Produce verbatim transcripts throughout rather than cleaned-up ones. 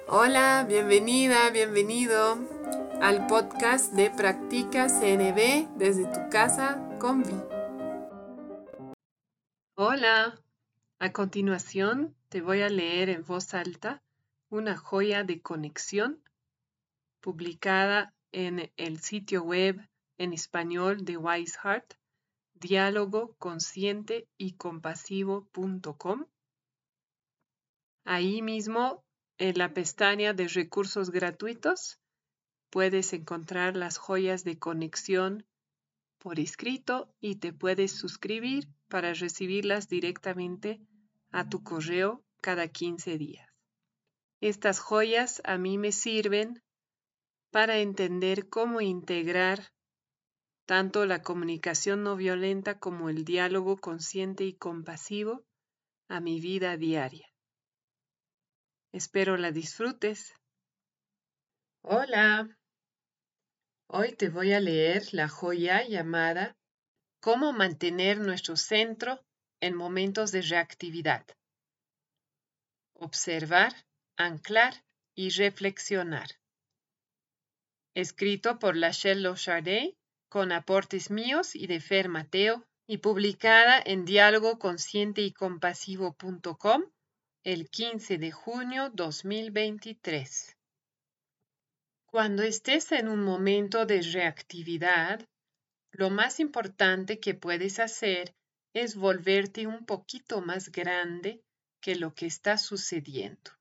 Hola, bienvenida, bienvenido al podcast de Practica C N B desde tu casa con Vi. Hola, a continuación te voy a leer en voz alta una joya de conexión publicada en el sitio web en español de Wise Heart, diálogo consciente y compasivo punto com. Ahí mismo, en la pestaña de recursos gratuitos, puedes encontrar las joyas de conexión por escrito y te puedes suscribir para recibirlas directamente a tu correo cada quince días. Estas joyas a mí me sirven para entender cómo integrar tanto la comunicación no violenta como el diálogo consciente y compasivo a mi vida diaria. Espero la disfrutes. Hola. Hoy te voy a leer la joya llamada ¿Cómo mantener nuestro centro en momentos de reactividad? Observar, anclar y reflexionar. Escrito por Lachelle Lochardet, con aportes míos y de Fer Mateo, y publicada en diálogo consciente y compasivo punto com el quince de junio dos mil veintitrés. Cuando estés en un momento de reactividad, lo más importante que puedes hacer es volverte un poquito más grande que lo que está sucediendo.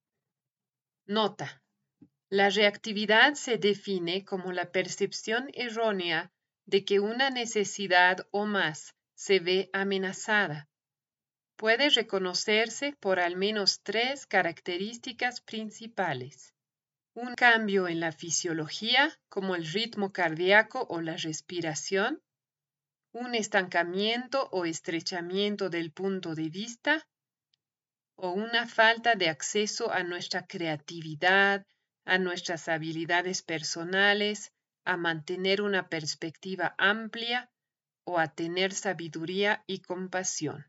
Nota: la reactividad se define como la percepción errónea de que una necesidad o más se ve amenazada. Puede reconocerse por al menos tres características principales. Un cambio en la fisiología, como el ritmo cardíaco o la respiración, un estancamiento o estrechamiento del punto de vista, o una falta de acceso a nuestra creatividad, a nuestras habilidades personales, a mantener una perspectiva amplia o a tener sabiduría y compasión.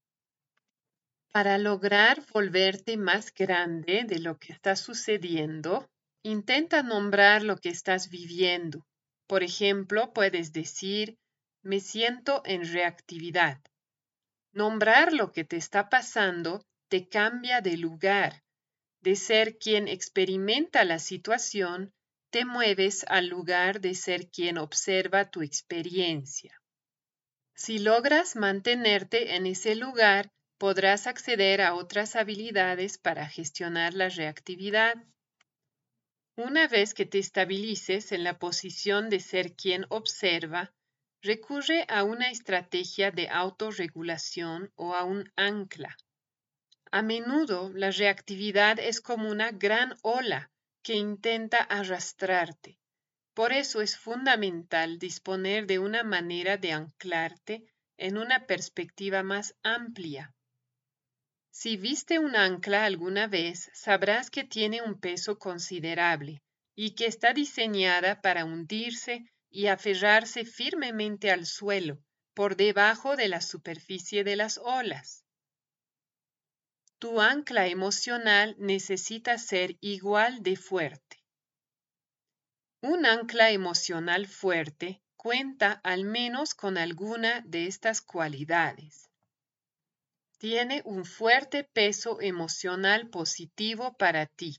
Para lograr volverte más grande de lo que está sucediendo, intenta nombrar lo que estás viviendo. Por ejemplo, puedes decir: me siento en reactividad. Nombrar lo que te está pasando te cambia de lugar. De ser quien experimenta la situación, te mueves al lugar de ser quien observa tu experiencia. Si logras mantenerte en ese lugar, podrás acceder a otras habilidades para gestionar la reactividad. Una vez que te estabilices en la posición de ser quien observa, recurre a una estrategia de autorregulación o a un ancla. A menudo, la reactividad es como una gran ola que intenta arrastrarte. Por eso es fundamental disponer de una manera de anclarte en una perspectiva más amplia. Si viste un ancla alguna vez, sabrás que tiene un peso considerable y que está diseñada para hundirse y aferrarse firmemente al suelo, por debajo de la superficie de las olas. Tu ancla emocional necesita ser igual de fuerte. Un ancla emocional fuerte cuenta al menos con alguna de estas cualidades. Tiene un fuerte peso emocional positivo para ti.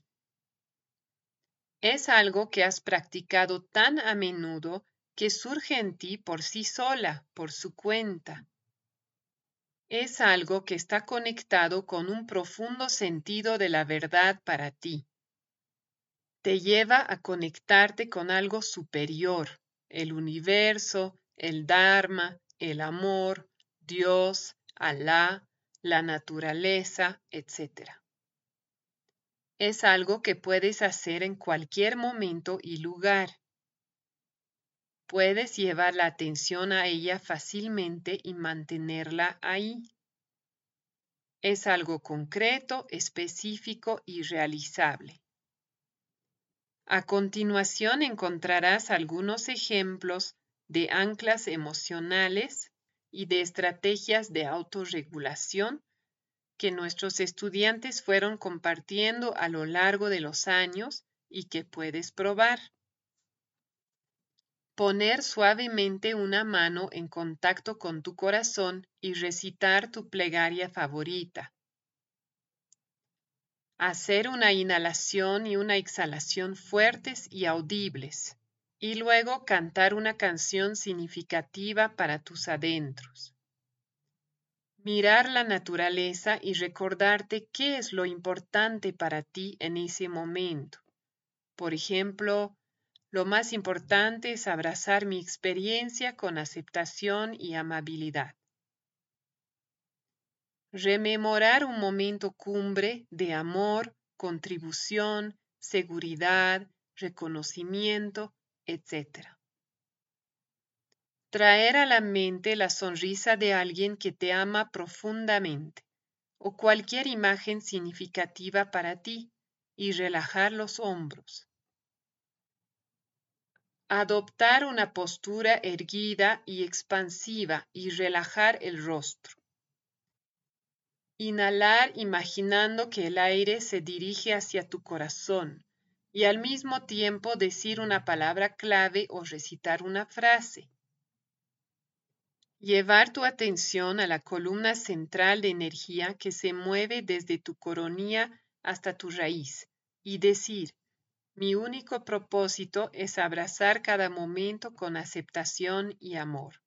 Es algo que has practicado tan a menudo que surge en ti por sí sola, por su cuenta. Es algo que está conectado con un profundo sentido de la verdad para ti. Te lleva a conectarte con algo superior, el universo, el Dharma, el amor, Dios, Alá, la naturaleza, etcétera. Es algo que puedes hacer en cualquier momento y lugar. Puedes llevar la atención a ella fácilmente y mantenerla ahí. Es algo concreto, específico y realizable. A continuación encontrarás algunos ejemplos de anclas emocionales y de estrategias de autorregulación que nuestros estudiantes fueron compartiendo a lo largo de los años y que puedes probar. Poner suavemente una mano en contacto con tu corazón y recitar tu plegaria favorita. Hacer una inhalación y una exhalación fuertes y audibles, y luego cantar una canción significativa para tus adentros. Mirar la naturaleza y recordarte qué es lo importante para ti en ese momento. Por ejemplo, lo más importante es abrazar mi experiencia con aceptación y amabilidad. Rememorar un momento cumbre de amor, contribución, seguridad, reconocimiento, etcétera. Traer a la mente la sonrisa de alguien que te ama profundamente o cualquier imagen significativa para ti y relajar los hombros. Adoptar una postura erguida y expansiva y relajar el rostro. Inhalar imaginando que el aire se dirige hacia tu corazón y al mismo tiempo decir una palabra clave o recitar una frase. Llevar tu atención a la columna central de energía que se mueve desde tu coronilla hasta tu raíz y decir, mi único propósito es abrazar cada momento con aceptación y amor.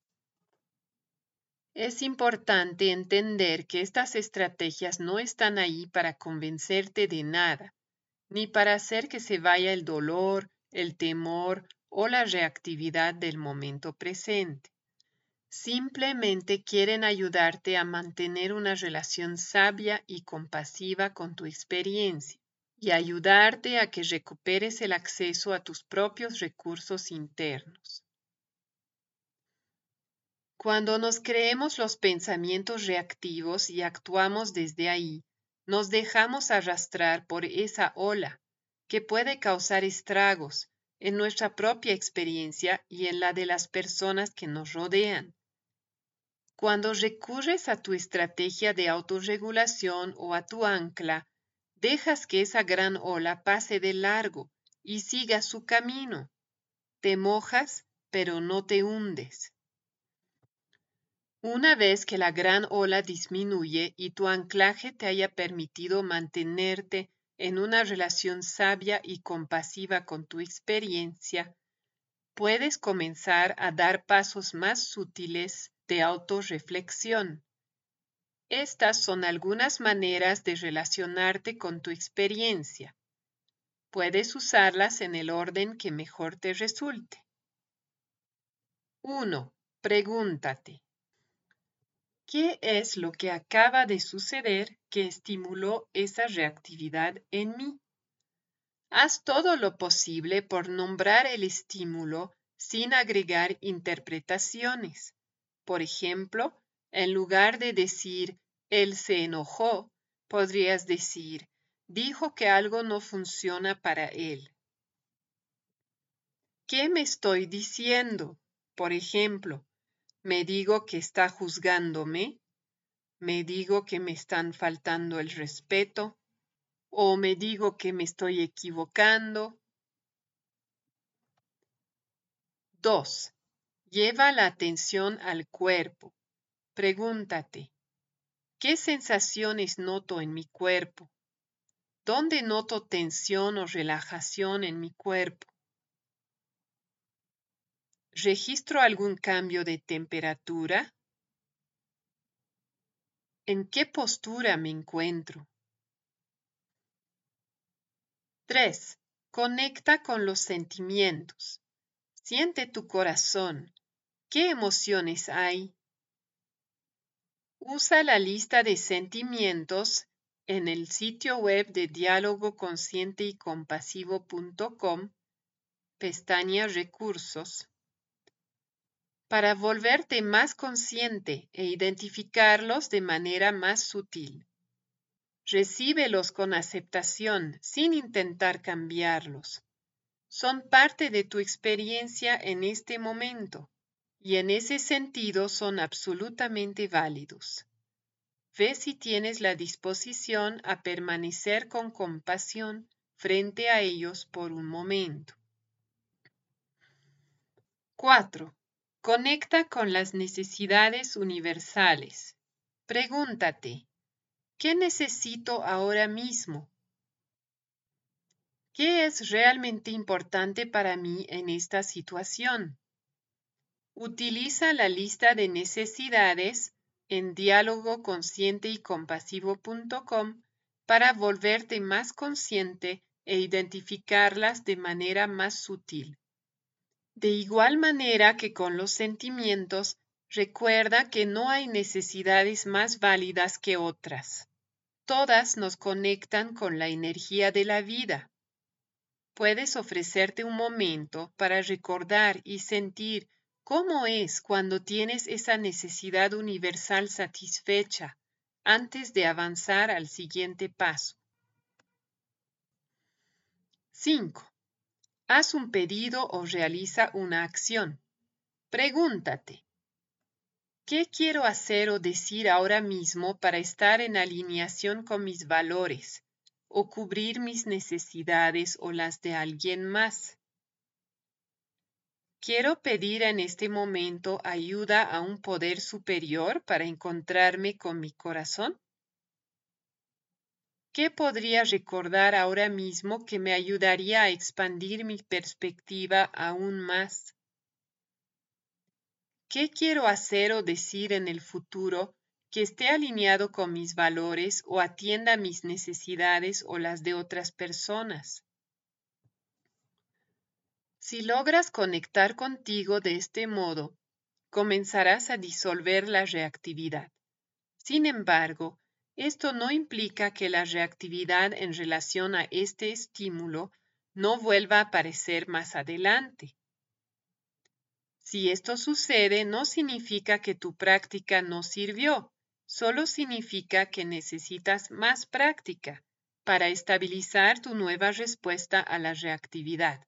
Es importante entender que estas estrategias no están ahí para convencerte de nada, ni para hacer que se vaya el dolor, el temor o la reactividad del momento presente. Simplemente quieren ayudarte a mantener una relación sabia y compasiva con tu experiencia y ayudarte a que recuperes el acceso a tus propios recursos internos. Cuando nos creemos los pensamientos reactivos y actuamos desde ahí, nos dejamos arrastrar por esa ola que puede causar estragos en nuestra propia experiencia y en la de las personas que nos rodean. Cuando recurres a tu estrategia de autorregulación o a tu ancla, dejas que esa gran ola pase de largo y siga su camino. Te mojas, pero no te hundes. Una vez que la gran ola disminuye y tu anclaje te haya permitido mantenerte en una relación sabia y compasiva con tu experiencia, puedes comenzar a dar pasos más sutiles de autorreflexión. Estas son algunas maneras de relacionarte con tu experiencia. Puedes usarlas en el orden que mejor te resulte. uno. Pregúntate. ¿Qué es lo que acaba de suceder que estimuló esa reactividad en mí? Haz todo lo posible por nombrar el estímulo sin agregar interpretaciones. Por ejemplo, en lugar de decir, él se enojó, podrías decir, dijo que algo no funciona para él. ¿Qué me estoy diciendo? Por ejemplo, me digo que está juzgándome, me digo que me están faltando el respeto, o me digo que me estoy equivocando. dos. Lleva la atención al cuerpo. Pregúntate, ¿qué sensaciones noto en mi cuerpo? ¿Dónde noto tensión o relajación en mi cuerpo? ¿Registro algún cambio de temperatura? ¿En qué postura me encuentro? tres. Conecta con los sentimientos. Siente tu corazón. ¿Qué emociones hay? Usa la lista de sentimientos en el sitio web de diálogo consciente y compasivo punto com, pestaña Recursos, para volverte más consciente e identificarlos de manera más sutil. Recíbelos con aceptación sin intentar cambiarlos. Son parte de tu experiencia en este momento y en ese sentido son absolutamente válidos. ve si tienes la disposición a permanecer con compasión frente a ellos por un momento. cuatro. Conecta con las necesidades universales. Pregúntate, ¿qué necesito ahora mismo? ¿Qué es realmente importante para mí en esta situación? Utiliza la lista de necesidades en diálogo consciente y compasivo punto com para volverte más consciente e identificarlas de manera más sutil. De igual manera que con los sentimientos, recuerda que no hay necesidades más válidas que otras. Todas nos conectan con la energía de la vida. Puedes ofrecerte un momento para recordar y sentir cómo es cuando tienes esa necesidad universal satisfecha antes de avanzar al siguiente paso. cinco. Haz un pedido o realiza una acción. Pregúntate, ¿qué quiero hacer o decir ahora mismo para estar en alineación con mis valores o cubrir mis necesidades o las de alguien más? ¿Quiero pedir en este momento ayuda a un poder superior para encontrarme con mi corazón? ¿Qué podría recordar ahora mismo que me ayudaría a expandir mi perspectiva aún más? ¿Qué quiero hacer o decir en el futuro que esté alineado con mis valores o atienda mis necesidades o las de otras personas? Si logras conectar contigo de este modo, comenzarás a disolver la reactividad. Sin embargo, esto no implica que la reactividad en relación a este estímulo no vuelva a aparecer más adelante. Si esto sucede, no significa que tu práctica no sirvió, solo significa que necesitas más práctica para estabilizar tu nueva respuesta a la reactividad.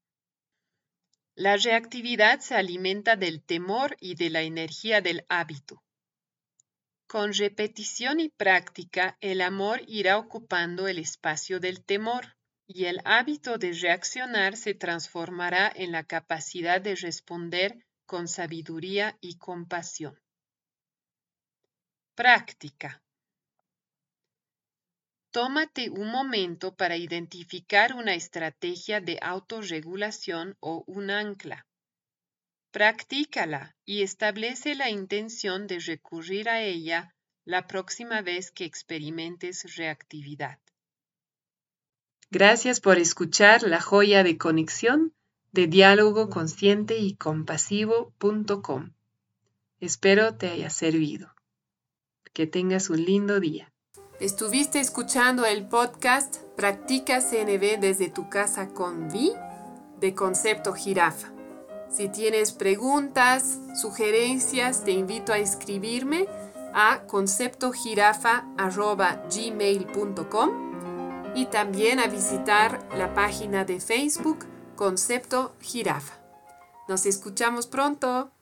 La reactividad se alimenta del temor y de la energía del hábito. Con repetición y práctica, el amor irá ocupando el espacio del temor y el hábito de reaccionar se transformará en la capacidad de responder con sabiduría y compasión. Práctica. Tómate un momento para identificar una estrategia de autorregulación o un ancla. Practícala y establece la intención de recurrir a ella la próxima vez que experimentes reactividad. Gracias por escuchar La Joya de Conexión de diálogo consciente y compasivo punto com. Espero te haya servido. Que tengas un lindo día. Estuviste escuchando el podcast Practica C N V desde tu casa con Vi de Concepto Jirafa. Si tienes preguntas, sugerencias, te invito a escribirme a concepto jirafa arroba gmail punto com y también a visitar la página de Facebook Concepto Jirafa. Nos escuchamos pronto.